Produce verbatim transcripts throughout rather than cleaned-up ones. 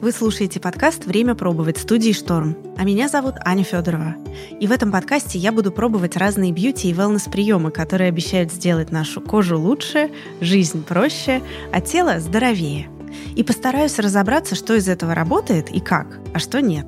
Вы слушаете подкаст «Время пробовать» студии «Шторм». А меня зовут Аня Федорова. И в этом подкасте я буду пробовать разные бьюти и wellness-приемы, которые обещают сделать нашу кожу лучше, жизнь проще, а тело здоровее. И постараюсь разобраться, что из этого работает и как, а что нет.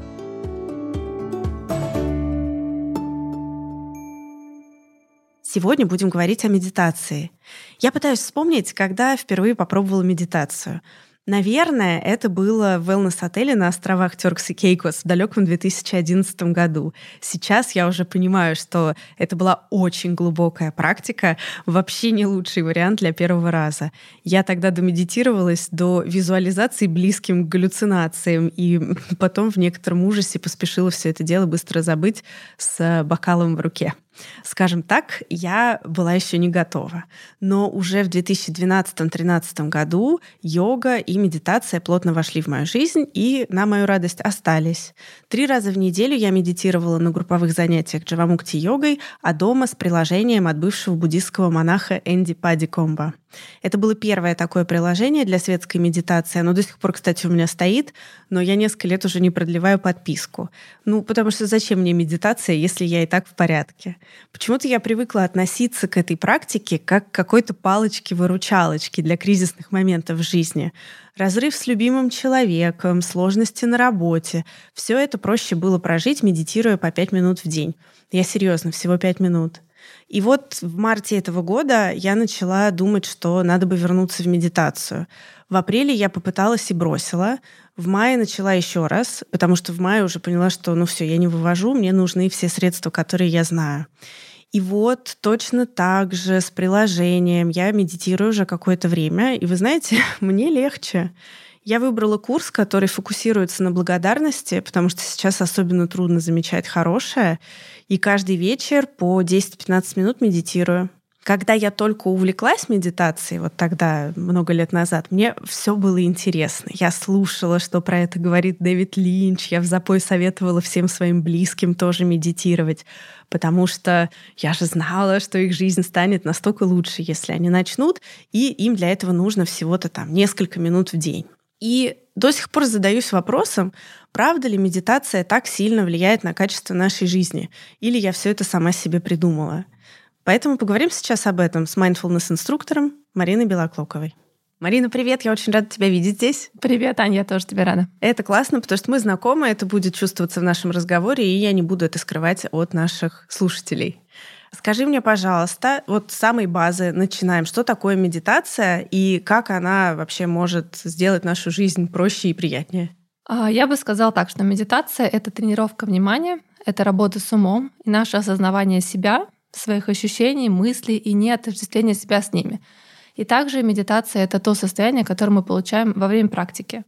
Сегодня будем говорить о медитации. Я пытаюсь вспомнить, когда впервые попробовала медитацию. Наверное, это было в wellness-отеле на островах Turks и Caicos в далеком две тысячи одиннадцатом году. Сейчас я уже понимаю, что это была очень глубокая практика, вообще не лучший вариант для первого раза. Я тогда домедитировалась до визуализации близким к галлюцинациям, и потом в некотором ужасе поспешила все это дело быстро забыть с бокалом в руке. Скажем так, я была еще не готова. Но уже в две тысячи двенадцатом-тринадцатом году йога и медитация плотно вошли в мою жизнь и, на мою радость, остались. Три раза в неделю я медитировала на групповых занятиях дживамукти-йогой, а дома с приложением от бывшего буддистского монаха Энди Паддикомба. Это было первое такое приложение для светской медитации. Оно до сих пор, кстати, у меня стоит, но я несколько лет уже не продлеваю подписку. Ну, потому что зачем мне медитация, если я и так в порядке? Почему-то я привыкла относиться к этой практике как к какой-то палочке-выручалочке для кризисных моментов в жизни. Разрыв с любимым человеком, сложности на работе. Все это проще было прожить, медитируя по пять минут в день. Я серьезно, всего пять минут. И вот в марте этого года я начала думать, что надо бы вернуться в медитацию. В апреле я попыталась и бросила. В мае начала еще раз, потому что в мае уже поняла, что ну все, я не вывожу, мне нужны все средства, которые я знаю. И вот точно так же с приложением я медитирую уже какое-то время. И вы знаете, мне легче. Я выбрала курс, который фокусируется на благодарности, потому что сейчас особенно трудно замечать хорошее. И каждый вечер по десять-пятнадцать минут медитирую. Когда я только увлеклась медитацией, вот тогда, много лет назад, мне все было интересно. Я слушала, что про это говорит Дэвид Линч. Я взапой советовала всем своим близким тоже медитировать, потому что я же знала, что их жизнь станет настолько лучше, если они начнут, и им для этого нужно всего-то там несколько минут в день. И до сих пор задаюсь вопросом, правда ли медитация так сильно влияет на качество нашей жизни, или я все это сама себе придумала. Поэтому поговорим сейчас об этом с mindfulness-инструктором Мариной Белоклоковой. Марина, привет, я очень рада тебя видеть здесь. Привет, Аня, я тоже тебя рада. Это классно, потому что мы знакомы, это будет чувствоваться в нашем разговоре, и я не буду это скрывать от наших слушателей. Скажи мне, пожалуйста, вот с самой базы начинаем. Что такое медитация и как она вообще может сделать нашу жизнь проще и приятнее? Я бы сказала так, что медитация — это тренировка внимания, это работа с умом и наше осознавание себя, своих ощущений, мыслей и неотождествление себя с ними. И также медитация — это то состояние, которое мы получаем во время практики.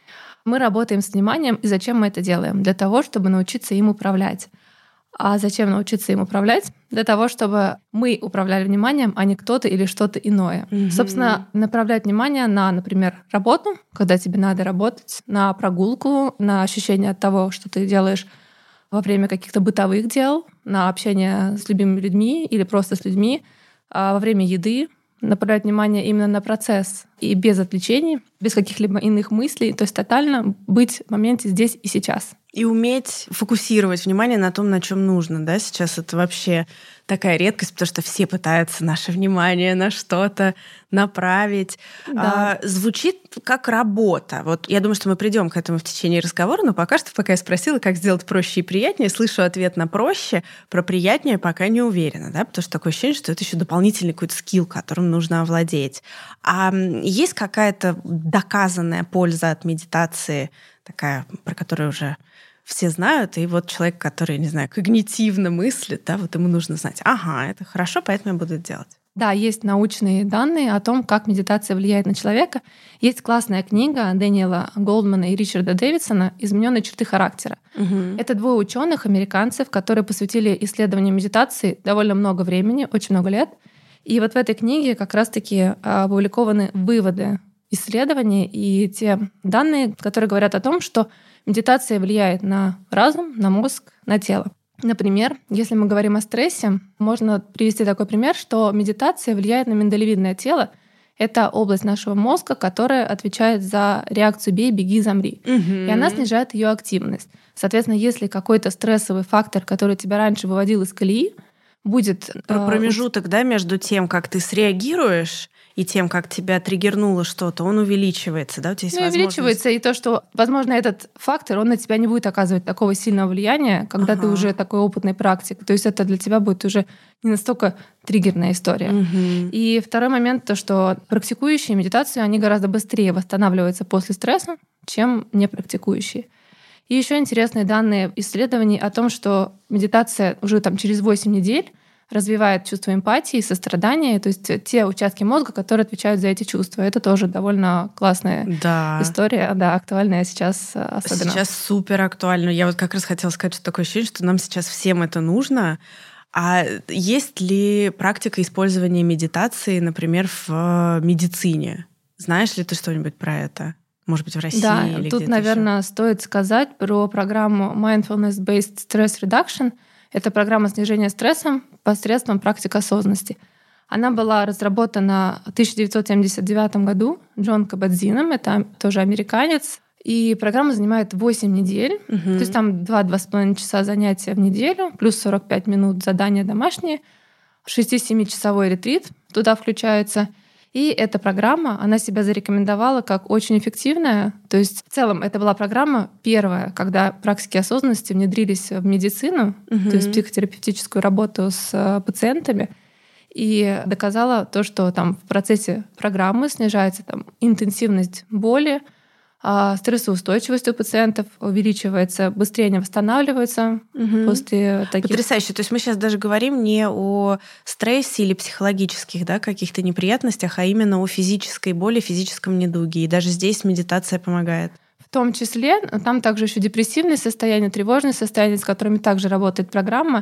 Мы работаем с вниманием, и зачем мы это делаем? Для того, чтобы научиться им управлять. А зачем научиться им управлять? Для того, чтобы мы управляли вниманием, а не кто-то или что-то иное. Mm-hmm. Собственно, направлять внимание на, например, работу, когда тебе надо работать, на прогулку, на ощущение от того, что ты делаешь во время каких-то бытовых дел, на общение с любимыми людьми или просто с людьми, а во время еды, направлять внимание именно на процесс и без отвлечений, без каких-либо иных мыслей, то есть тотально быть в моменте здесь и сейчас. И уметь фокусировать внимание на том, на чем нужно. Да? Сейчас это вообще такая редкость, потому что все пытаются наше внимание на что-то направить. Да. А, звучит как работа. Вот я думаю, что мы придем к этому в течение разговора, но пока что, пока я спросила, как сделать проще и приятнее, слышу ответ на проще, про приятнее пока не уверена, да? Потому что такое ощущение, что это еще дополнительный какой-то скилл, которым нужно овладеть. А есть какая-то доказанная польза от медитации, такая, про которую уже все знают, и вот человек, который, не знаю, когнитивно мыслит, да, вот ему нужно знать, ага, это хорошо, поэтому я буду это делать. Да, есть научные данные о том, как медитация влияет на человека. Есть классная книга Дэниела Голдмана и Ричарда Дэвидсона «Измененные черты характера». Угу. Это двое ученых, американцев, которые посвятили исследованию медитации довольно много времени, очень много лет. И вот в этой книге как раз-таки опубликованы выводы исследований и те данные, которые говорят о том, что медитация влияет на разум, на мозг, на тело. Например, если мы говорим о стрессе, можно привести такой пример, что медитация влияет на миндалевидное тело. Это область нашего мозга, которая отвечает за реакцию «бей, беги, замри». Угу. И она снижает ее активность. Соответственно, если какой-то стрессовый фактор, который тебя раньше выводил из колеи, будет... Про промежуток, э, да, между тем, как ты среагируешь, и тем, как тебя триггернуло что-то, он увеличивается, да? У тебя есть ну, возможность... увеличивается и то, что, возможно, этот фактор, он на тебя не будет оказывать такого сильного влияния, когда ага. ты уже такой опытный практик. То есть это для тебя будет уже не настолько триггерная история. Угу. И второй момент, то, что практикующие медитацию, они гораздо быстрее восстанавливаются после стресса, чем не практикующие. И еще интересные данные исследований о том, что медитация уже там через восемь недель развивает чувство эмпатии, сострадания, то есть те участки мозга, которые отвечают за эти чувства. Это тоже довольно классная да. история, да, актуальная сейчас особенно. Сейчас супер актуально. Я вот как раз хотела сказать, что такое ощущение, что нам сейчас всем это нужно. А есть ли практика использования медитации, например, в медицине? Знаешь ли ты что-нибудь про это? Может быть, в России да, или тут, где-то наверное, еще? Стоит сказать про программу Mindfulness-Based Stress Reduction. Это программа снижения стресса посредством практик осознанности. Она была разработана в тысяча девятьсот семьдесят девятом году Джон Кабат-Зинном, это тоже американец. И программа занимает восемь недель, угу. то есть там два-два с половиной часа занятия в неделю, плюс сорок пять минут задания домашние, шесть-семичасовой ретрит туда включается. И эта программа, она себя зарекомендовала как очень эффективная. То есть в целом это была программа первая, когда практики осознанности внедрились в медицину, угу. то есть психотерапевтическую работу с пациентами, и доказала то, что там в процессе программы снижается там, интенсивность боли, а стрессоустойчивость у пациентов увеличивается, быстрее они восстанавливаются угу. после таких... Потрясающе. То есть мы сейчас даже говорим не о стрессе или психологических, да, каких-то неприятностях, а именно о физической боли, физическом недуге. И даже здесь медитация помогает. В том числе, там также еще депрессивные состояния, тревожные состояния, с которыми также работает программа.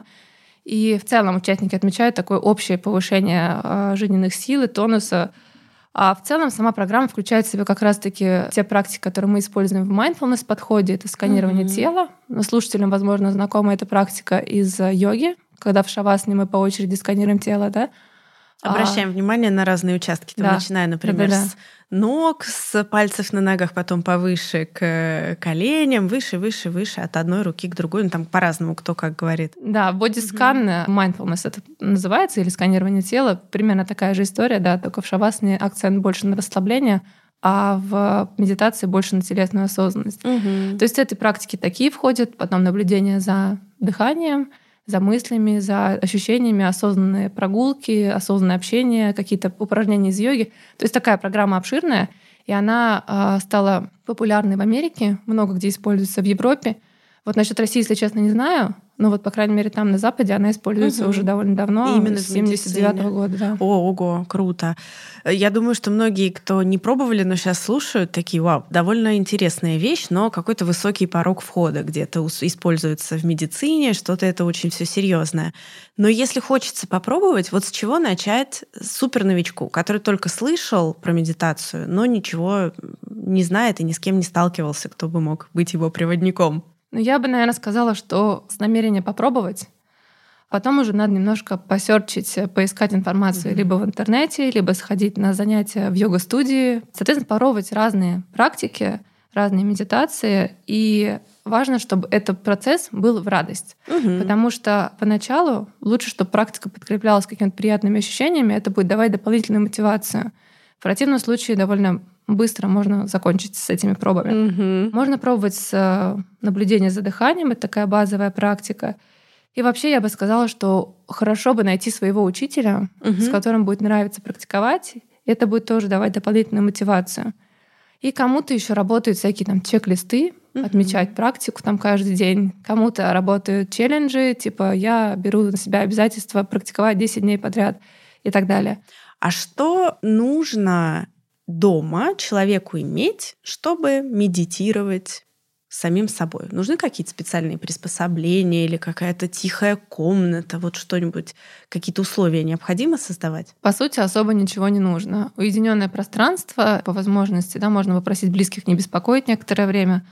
И в целом участники отмечают такое общее повышение жизненных сил и тонуса. А в целом сама программа включает в себя как раз-таки те практики, которые мы используем в mindfulness подходе. Это сканирование mm-hmm. тела. Слушателям, возможно, знакома эта практика из йоги, когда в шавасане мы по очереди сканируем тело, да? Обращаем а... внимание на разные участки, там, да. начиная, например, да, да, да. с ног, с пальцев на ногах, потом повыше к коленям, выше, выше, выше, от одной руки к другой. Ну, там по-разному, кто как говорит. Да, бодискан, mm-hmm. mindfulness это называется, или сканирование тела. Примерно такая же история, да, только в шавасане акцент больше на расслабление, а в медитации больше на телесную осознанность. Mm-hmm. То есть эти практики такие входят, потом наблюдение за дыханием, за мыслями, за ощущениями, осознанные прогулки, осознанное общение, какие-то упражнения из йоги. То есть такая программа обширная, и она э, стала популярной в Америке, много где используется в Европе. Вот насчет России, если честно, не знаю, но вот, по крайней мере, там на Западе она используется угу. уже довольно давно, именно с семьдесят девятого года. Да. О, ого, круто. Я думаю, что многие, кто не пробовали, но сейчас слушают, такие, вау, довольно интересная вещь, но какой-то высокий порог входа где-то используется в медицине, что-то это очень все серьезное. Но если хочется попробовать, вот с чего начать суперновичку, который только слышал про медитацию, но ничего не знает и ни с кем не сталкивался, кто бы мог быть его проводником? Ну, я бы, наверное, сказала, что с намерением попробовать, потом уже надо немножко посерчить, поискать информацию mm-hmm. либо в интернете, либо сходить на занятия в йога-студии. Соответственно, попробовать разные практики, разные медитации. И важно, чтобы этот процесс был в радость. Mm-hmm. Потому что поначалу лучше, чтобы практика подкреплялась какими-то приятными ощущениями, это будет давать дополнительную мотивацию. В противном случае довольно быстро можно закончить с этими пробами. Mm-hmm. Можно пробовать с наблюдения за дыханием, это такая базовая практика. И вообще я бы сказала, что хорошо бы найти своего учителя, mm-hmm. с которым будет нравиться практиковать. Это будет тоже давать дополнительную мотивацию. И кому-то еще работают всякие там чек-листы, mm-hmm. отмечать практику там каждый день. Кому-то работают челленджи, типа я беру на себя обязательство практиковать десять дней подряд и так далее. А что нужно дома человеку иметь, чтобы медитировать самим собой? Нужны какие-то специальные приспособления или какая-то тихая комната, вот что-нибудь, какие-то условия необходимо создавать? По сути, особо ничего не нужно. Уединенное пространство, по возможности, да, можно попросить близких не беспокоить некоторое время.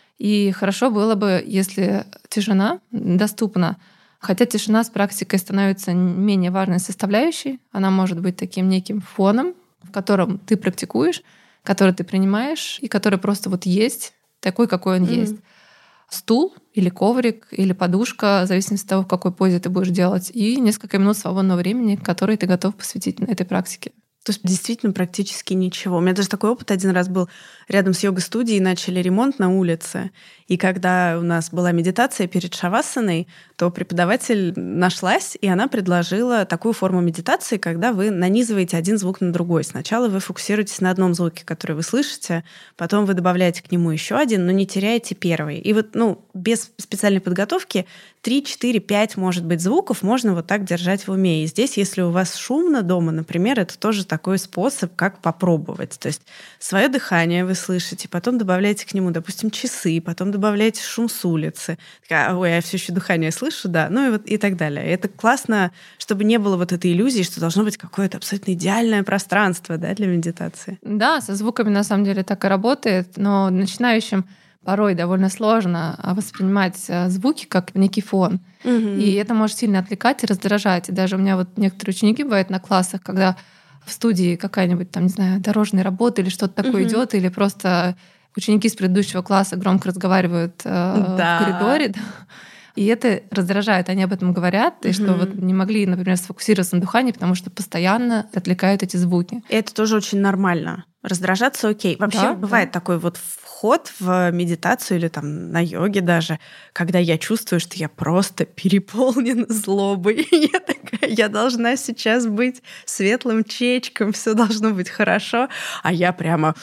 И хорошо было бы, если тишина доступна. Хотя тишина с практикой становится менее важной составляющей, она может быть таким неким фоном, в котором ты практикуешь, который ты принимаешь и который просто вот есть, такой, какой он mm-hmm. есть. Стул или коврик, или подушка, в зависимости от того, в какой позе ты будешь делать, и несколько минут свободного времени, которые ты готов посвятить на этой практике. То есть действительно практически ничего. У меня даже такой опыт один раз был. Рядом с йога-студией начали ремонт на улице. И когда у нас была медитация перед шавасаной, то преподаватель нашлась, и она предложила такую форму медитации, когда вы нанизываете один звук на другой. Сначала вы фокусируетесь на одном звуке, который вы слышите, потом вы добавляете к нему еще один, но не теряете первый. И вот, ну, без специальной подготовки три, четыре, пять, может быть, звуков можно вот так держать в уме. И здесь, если у вас шумно дома, например, это тоже такой способ, как попробовать. То есть свое дыхание вы слышите, потом добавляете к нему, допустим, часы, потом добавляете шум с улицы. Такая, ой, я все еще дыхание слышу, да, ну и вот и так далее. Это классно, чтобы не было вот этой иллюзии, что должно быть какое-то абсолютно идеальное пространство, да, для медитации. Да, со звуками на самом деле так и работает, но начинающим порой довольно сложно воспринимать звуки как некий фон. Угу. И это может сильно отвлекать и раздражать. И даже у меня вот некоторые ученики бывают на классах, когда в студии какая-нибудь там, не знаю, дорожная работа или что-то такое угу. идет, или просто ученики с предыдущего класса громко разговаривают э, да. в коридоре. Да. И это раздражает, они об этом говорят, угу. и что вот не могли, например, сфокусироваться на дыхании, потому что постоянно отвлекают эти звуки. И это тоже очень нормально. Раздражаться окей. Вообще да, бывает да. такой вот вход в медитацию или там на йоге даже, когда я чувствую, что я просто переполнена злобой. Я такая, я должна сейчас быть светлым чечком, все должно быть хорошо, а я прямо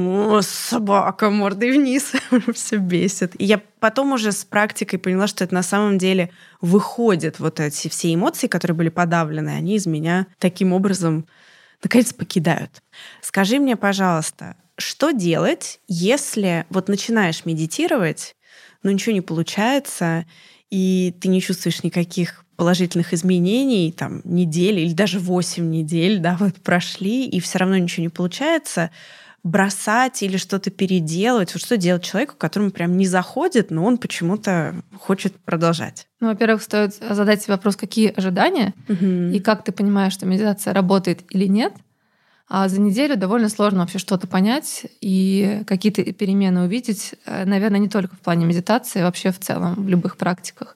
собака мордой вниз, все бесит. И я потом уже с практикой поняла, что это на самом деле выходит, вот эти все эмоции, которые были подавлены, они из меня таким образом наконец покидают. Скажи мне, пожалуйста, что делать, если вот начинаешь медитировать, но ничего не получается, и ты не чувствуешь никаких положительных изменений, там, недели или даже восемь недель, да, вот прошли, и все равно ничего не получается, бросать или что-то переделывать? Вот что делать человеку, которому прям не заходит, но он почему-то хочет продолжать? Ну, во-первых, стоит задать себе вопрос, какие ожидания, угу. и как ты понимаешь, что медитация работает или нет. А за неделю довольно сложно вообще что-то понять и какие-то перемены увидеть, наверное, не только в плане медитации, а вообще в целом, в любых практиках.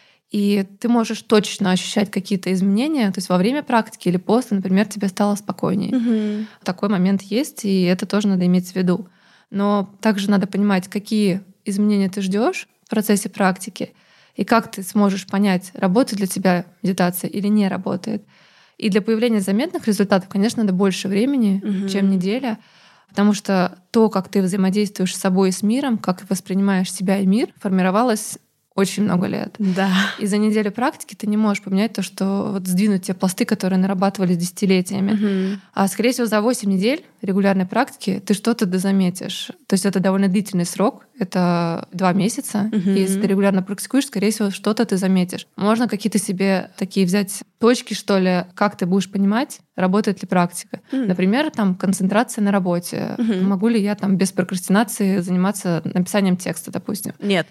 И ты можешь точно ощущать какие-то изменения, то есть во время практики или после, например, тебе стало спокойнее. Угу. Такой момент есть, и это тоже надо иметь в виду. Но также надо понимать, какие изменения ты ждешь в процессе практики, и как ты сможешь понять, работает для тебя медитация или не работает. И для появления заметных результатов, конечно, надо больше времени, угу. чем неделя, потому что то, как ты взаимодействуешь с собой и с миром, как ты воспринимаешь себя и мир, формировалось очень много лет. Да. И за неделю практики ты не можешь поменять то, что вот сдвинуть те пласты, которые нарабатывались десятилетиями. Угу. А, скорее всего, за восемь недель регулярной практики ты что-то дозаметишь. То есть это довольно длительный срок, это два месяца. Угу. И если ты регулярно практикуешь, скорее всего, что-то ты заметишь. Можно какие-то себе такие взять точки, что ли, как ты будешь понимать, работает ли практика. Угу. Например, там концентрация на работе. Угу. Могу ли я там без прокрастинации заниматься написанием текста, допустим? Нет.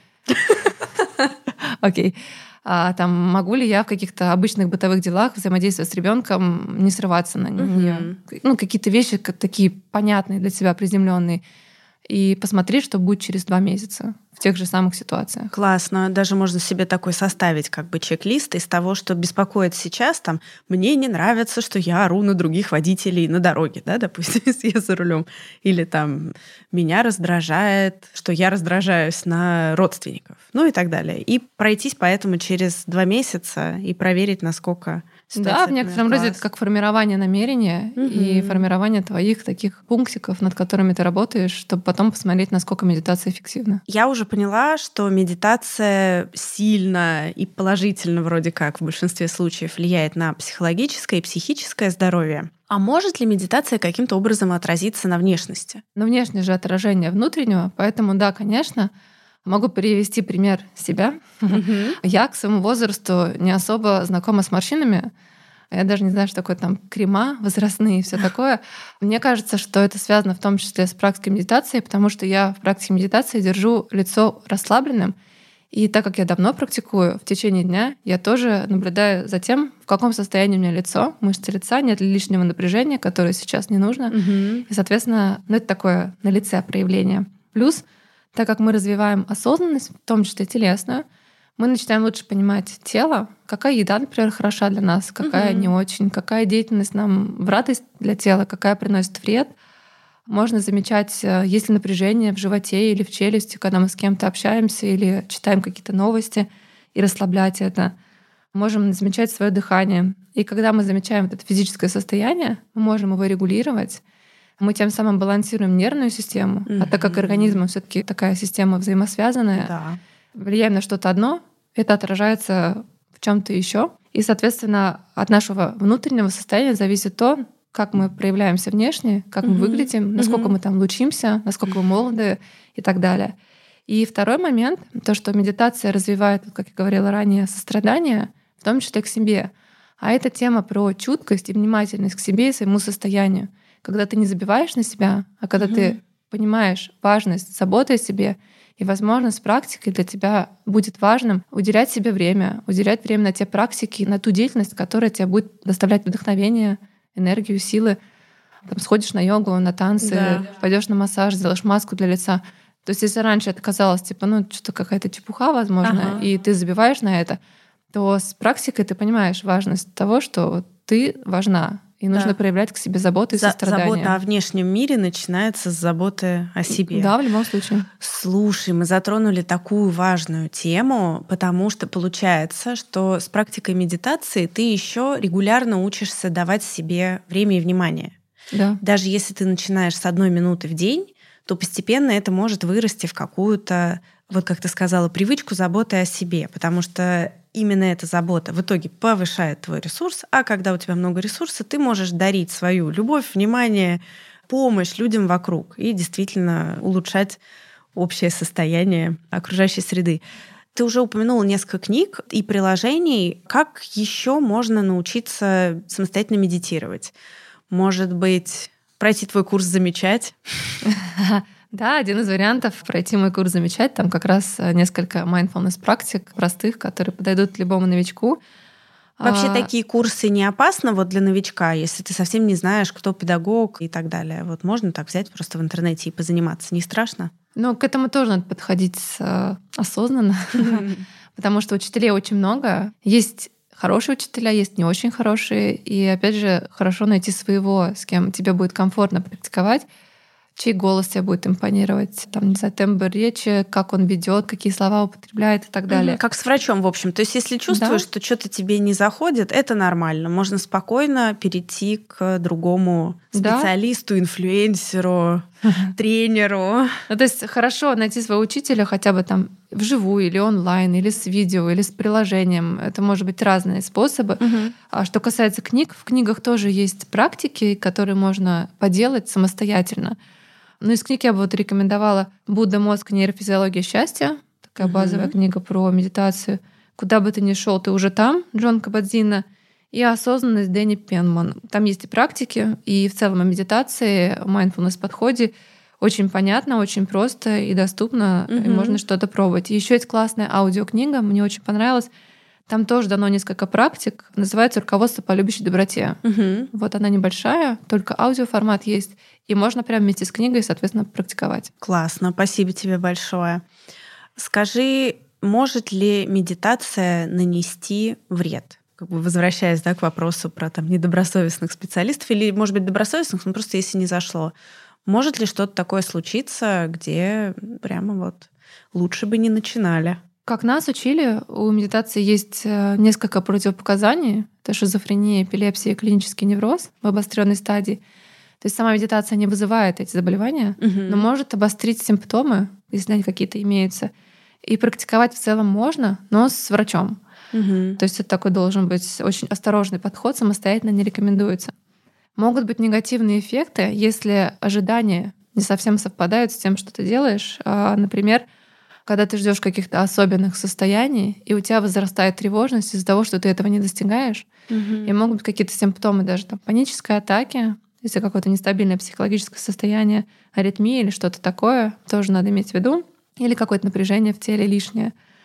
Окей. Okay. А, там, могу ли я в каких-то обычных бытовых делах взаимодействовать с ребенком, не срываться на нее? Uh-huh. Ну, какие-то вещи как, такие понятные для тебя, приземленные. И посмотреть, что будет через два месяца в тех же самых ситуациях. Классно. Даже можно себе такой составить как бы чек-лист из того, что беспокоит сейчас. Там, мне не нравится, что я ору на других водителей на дороге, да, допустим, если я за рулем. Или там, меня раздражает, что я раздражаюсь на родственников. Ну и так далее. И пройтись поэтому через два месяца и проверить, насколько... Да, в некотором роде это как формирование намерения угу. и формирование твоих таких пунктиков, над которыми ты работаешь, чтобы потом посмотреть, насколько медитация эффективна. Я уже поняла, что медитация сильно и положительно вроде как в большинстве случаев влияет на психологическое и психическое здоровье. А может ли медитация каким-то образом отразиться на внешности? Но внешнее же отражение внутреннего, поэтому да, конечно. Могу привести пример себя. Mm-hmm. Я к своему возрасту не особо знакома с морщинами. Я даже не знаю, что такое там крема возрастные и все такое. Мне кажется, что это связано в том числе с практикой медитации, потому что я в практике медитации держу лицо расслабленным И так как я давно практикую, в течение дня я тоже наблюдаю за тем, в каком состоянии у меня лицо, мышцы лица, нет ли лишнего напряжения, которое сейчас не нужно. Угу. И, соответственно, ну, это такое на лице проявление. Плюс, так как мы развиваем осознанность, в том числе телесную, мы начинаем лучше понимать тело, какая еда, например, хороша для нас, какая Угу. не очень, какая деятельность нам в радость для тела, какая приносит вред. Можно замечать, есть ли напряжение в животе или в челюсти, когда мы с кем-то общаемся или читаем какие-то новости, и расслаблять это. Можем замечать свое дыхание. И когда мы замечаем вот это физическое состояние, мы можем его регулировать. Мы тем самым балансируем нервную систему, Мгм. а так как организм все-таки такая система взаимосвязанная, Да. влияем на что-то одно, это отражается в чем-то еще. И, соответственно, от нашего внутреннего состояния зависит то, как мы проявляемся внешне, как мы Мгм. выглядим, насколько Мгм. мы там лучимся, насколько мы молоды и так далее. И второй момент, то, что медитация развивает, как я говорила ранее, сострадание, в том числе к себе. А это тема про чуткость и внимательность к себе и своему состоянию. Когда ты не забиваешь на себя, а когда Мгм. ты понимаешь важность заботы о себе, и, возможно, с практикой для тебя будет важным уделять себе время, уделять время на те практики, на ту деятельность, которая тебе будет доставлять вдохновение, энергию, силы. Там сходишь на йогу, на танцы, Да. пойдешь на массаж, сделаешь маску для лица. То есть, если раньше это казалось, типа, ну, что-то какая-то чепуха, возможно, Ага. и ты забиваешь на это, то с практикой ты понимаешь важность того, что ты важна, и нужно Да. проявлять к себе заботу и За- сострадание. Забота о внешнем мире начинается с заботы о себе. Да, в любом случае. Слушай, мы затронули такую важную тему, потому что получается, что с практикой медитации ты еще регулярно учишься давать себе время и внимание. Да. Даже если ты начинаешь с одной минуты в день, то постепенно это может вырасти в какую-то, вот как ты сказала, привычку заботы о себе, потому что именно эта забота в итоге повышает твой ресурс, а когда у тебя много ресурса, ты можешь дарить свою любовь, внимание, помощь людям вокруг и действительно улучшать общее состояние окружающей среды. Ты уже упомянула несколько книг и приложений. Как еще можно научиться самостоятельно медитировать? Может быть, пройти твой курс «Замечать»? Да, один из вариантов — пройти мой курс «Замечать». Там как раз несколько mindfulness практик простых, которые подойдут любому новичку. Вообще А, такие курсы не опасно вот для новичка, если ты совсем не знаешь, кто педагог и так далее. Вот можно так взять просто в интернете и позаниматься. Не страшно? Ну, к этому тоже надо подходить э, осознанно, потому что учителей очень много. Есть хорошие учителя, есть не очень хорошие. И опять же, хорошо найти своего, с кем тебе будет комфортно практиковать, чей голос тебе будет импонировать, там, не знаю, тембр речи, как он ведет, какие слова употребляет и так далее. Мгм. Как с врачом, в общем. То есть, если чувствуешь, Да. что что-то тебе не заходит, это нормально. Можно спокойно перейти к другому Да. специалисту, инфлюенсеру, тренеру. Ну, то есть хорошо найти своего учителя хотя бы там вживую или онлайн, или с видео, или с приложением. Это может быть разные способы. Мгм. А что касается книг, в книгах тоже есть практики, которые можно поделать самостоятельно. Ну, из книг я бы вот рекомендовала «Будда, мозг, нейрофизиология счастья». Такая Мгм. базовая книга про медитацию. «Куда бы ты ни шел, ты уже там» Джон Кабадзина. И «Осознанность» Дэнни Пенман. Там есть и практики, и в целом о медитации, mindfulness-подходе очень понятно, очень просто и доступно, и Мгм. можно что-то пробовать. И еще есть классная аудиокнига, мне очень понравилась. Там тоже дано несколько практик. Называется «Руководство по любящей доброте». Мгм. Вот она небольшая, только аудиоформат есть. И можно прямо вместе с книгой, соответственно, практиковать. Классно, спасибо тебе большое. Скажи, может ли медитация нанести вред? Как бы возвращаясь, да, к вопросу про там, недобросовестных специалистов, или, может быть, добросовестных, но просто если не зашло. Может ли что-то такое случиться, где прямо вот лучше бы не начинали? Как нас учили, у медитации есть э, несколько противопоказаний. Это шизофрения, эпилепсия и клинический невроз в обостренной стадии. То есть сама медитация не вызывает эти заболевания, Мгм. но может обострить симптомы, если они какие-то имеются. И практиковать в целом можно, но с врачом. Мгм. То есть это такой должен быть очень осторожный подход, самостоятельно не рекомендуется. Могут быть негативные эффекты, если ожидания не совсем совпадают с тем, что ты делаешь. А, Например, когда ты ждешь каких-то особенных состояний, и у тебя возрастает тревожность из-за того, что ты этого не достигаешь. Мгм. И могут быть какие-то симптомы даже там, панической атаки, если какое-то нестабильное психологическое состояние, аритмия или что-то такое, тоже надо иметь в виду. Или какое-то напряжение в теле лишнее.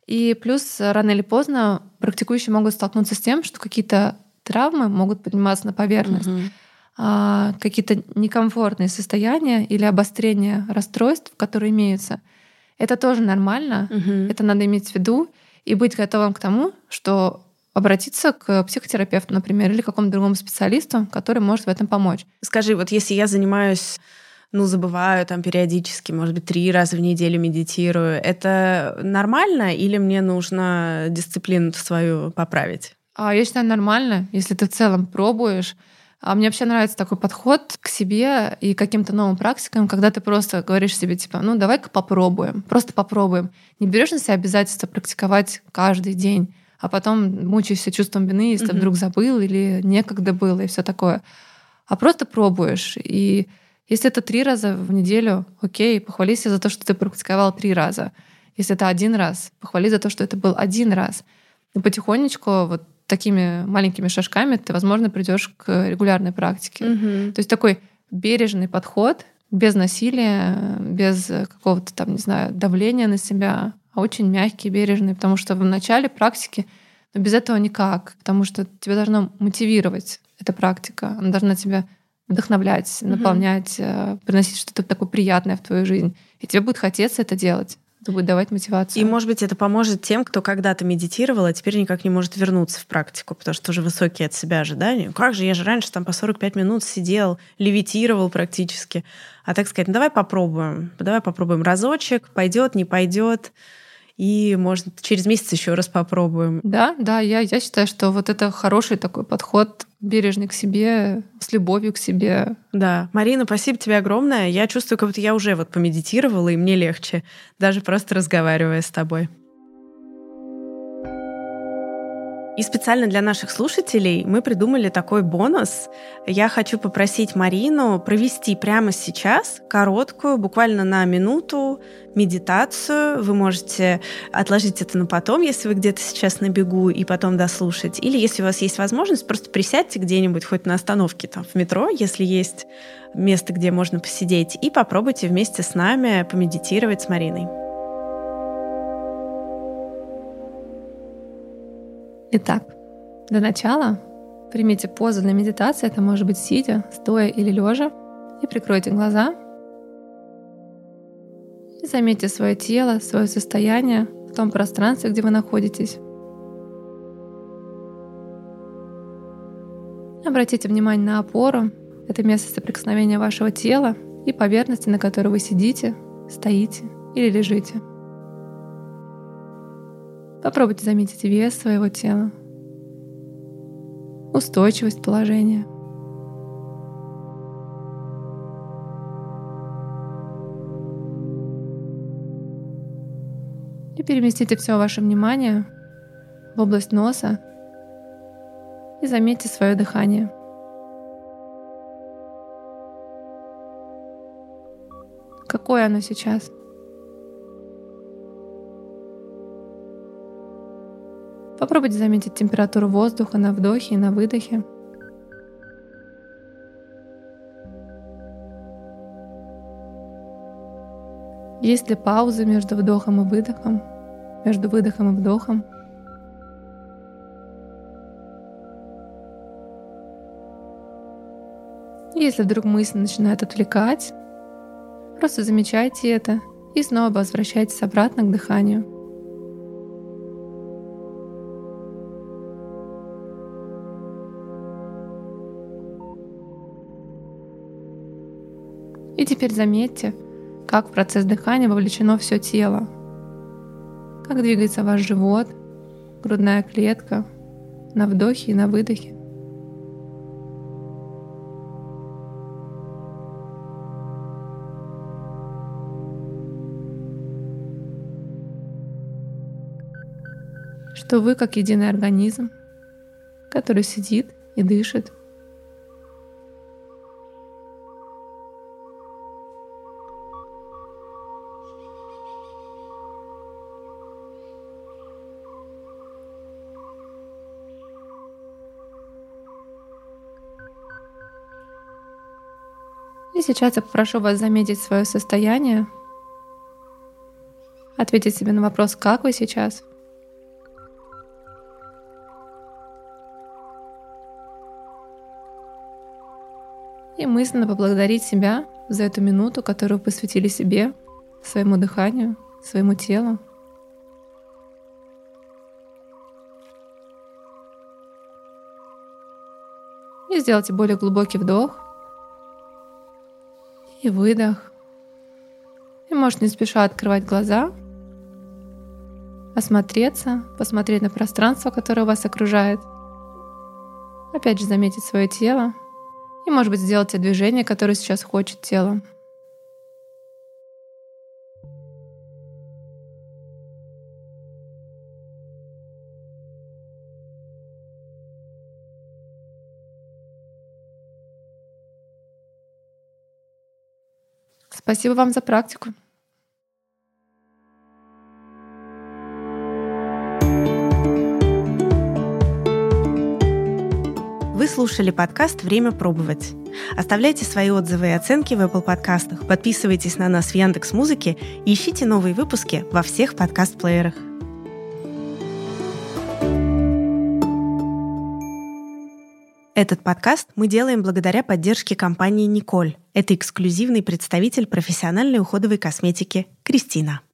И плюс рано или поздно практикующие могут столкнуться с тем, что какие-то травмы могут подниматься на поверхность, Мгм. а, какие-то некомфортные состояния или обострения расстройств, которые имеются. Это тоже нормально, Мгм. это надо иметь в виду и быть готовым к тому, что обратиться к психотерапевту, например, или к какому-то другому специалисту, который может в этом помочь. Скажи, вот если я занимаюсь, ну, забываю там периодически, может быть, три раза в неделю медитирую, это нормально или мне нужно дисциплину свою поправить? А я считаю, нормально, если ты в целом пробуешь. А мне вообще нравится такой подход к себе и к каким-то новым практикам, когда ты просто говоришь себе, типа, ну давай-ка попробуем, просто попробуем. Не берешь на себя обязательство практиковать каждый день, а потом мучаешься чувством вины, если ты Мгм. вдруг забыл или некогда было и все такое. А просто пробуешь. И если это три раза в неделю, окей, похвали себя за то, что ты практиковал три раза. Если это один раз, похвали за то, что это был один раз. И потихонечку вот такими маленькими шажками ты, возможно, придешь к регулярной практике. Мгм. То есть такой бережный подход, без насилия, без какого-то там, не знаю, давления на себя, а очень мягкий, бережный, потому что в начале практики, ну, без этого никак, потому что тебя должна мотивировать эта практика, она должна тебя вдохновлять, Мгм. наполнять, э, приносить что-то такое приятное в твою жизнь. И тебе будет хотеться это делать. Это будет давать мотивацию. И, может быть, это поможет тем, кто когда-то медитировал, а теперь никак не может вернуться в практику, потому что уже высокие от себя ожидания. Как же, я же раньше там по сорок пять минут сидел, левитировал практически. А так сказать, ну давай попробуем, давай попробуем разочек, пойдет, не пойдет. И, может, через месяц еще раз попробуем. Да, да, я, я считаю, что вот это хороший такой подход, бережный к себе, с любовью к себе. Да. Марина, спасибо тебе огромное. Я чувствую, как будто я уже вот помедитировала, и мне легче, даже просто разговаривая с тобой. И специально для наших слушателей мы придумали такой бонус. Я хочу попросить Марину провести прямо сейчас короткую, буквально на минуту, медитацию. Вы можете отложить это на потом, если вы где-то сейчас на бегу, и потом дослушать. Или если у вас есть возможность, просто присядьте где-нибудь, хоть на остановке там, в метро, если есть место, где можно посидеть, и попробуйте вместе с нами помедитировать с Мариной. Итак, для начала примите позу для медитации. Это может быть сидя, стоя или лежа. И прикройте глаза. И заметьте свое тело, свое состояние в том пространстве, где вы находитесь. Обратите внимание на опору. Это место соприкосновения вашего тела и поверхности, на которой вы сидите, стоите или лежите. Попробуйте заметить вес своего тела, устойчивость положения. И переместите все ваше внимание в область носа и заметьте свое дыхание. Какое оно сейчас? Попробуйте заметить температуру воздуха на вдохе и на выдохе. Есть ли паузы между вдохом и выдохом, между выдохом и вдохом? Если вдруг мысль начинает отвлекать, просто замечайте это и снова возвращайтесь обратно к дыханию. И теперь заметьте, как в процесс дыхания вовлечено все тело. Как двигается ваш живот, грудная клетка на вдохе и на выдохе. Что вы как единый организм, который сидит и дышит. И сейчас я попрошу вас заметить свое состояние, ответить себе на вопрос, как вы сейчас. И мысленно поблагодарить себя за эту минуту, которую вы посвятили себе, своему дыханию, своему телу. И сделайте более глубокий вдох и выдох. И можете не спеша открывать глаза, осмотреться, посмотреть на пространство, которое вас окружает. Опять же, заметить свое тело. И, может быть, сделать те движения, которые сейчас хочет тело. Спасибо вам за практику. Вы слушали подкаст «Время пробовать». Оставляйте свои отзывы и оценки в Apple подкастах, подписывайтесь на нас в Яндекс.Музыке и ищите новые выпуски во всех подкаст-плеерах. Этот подкаст мы делаем благодаря поддержке компании «Николь». Это эксклюзивный представитель профессиональной уходовой косметики Кристина.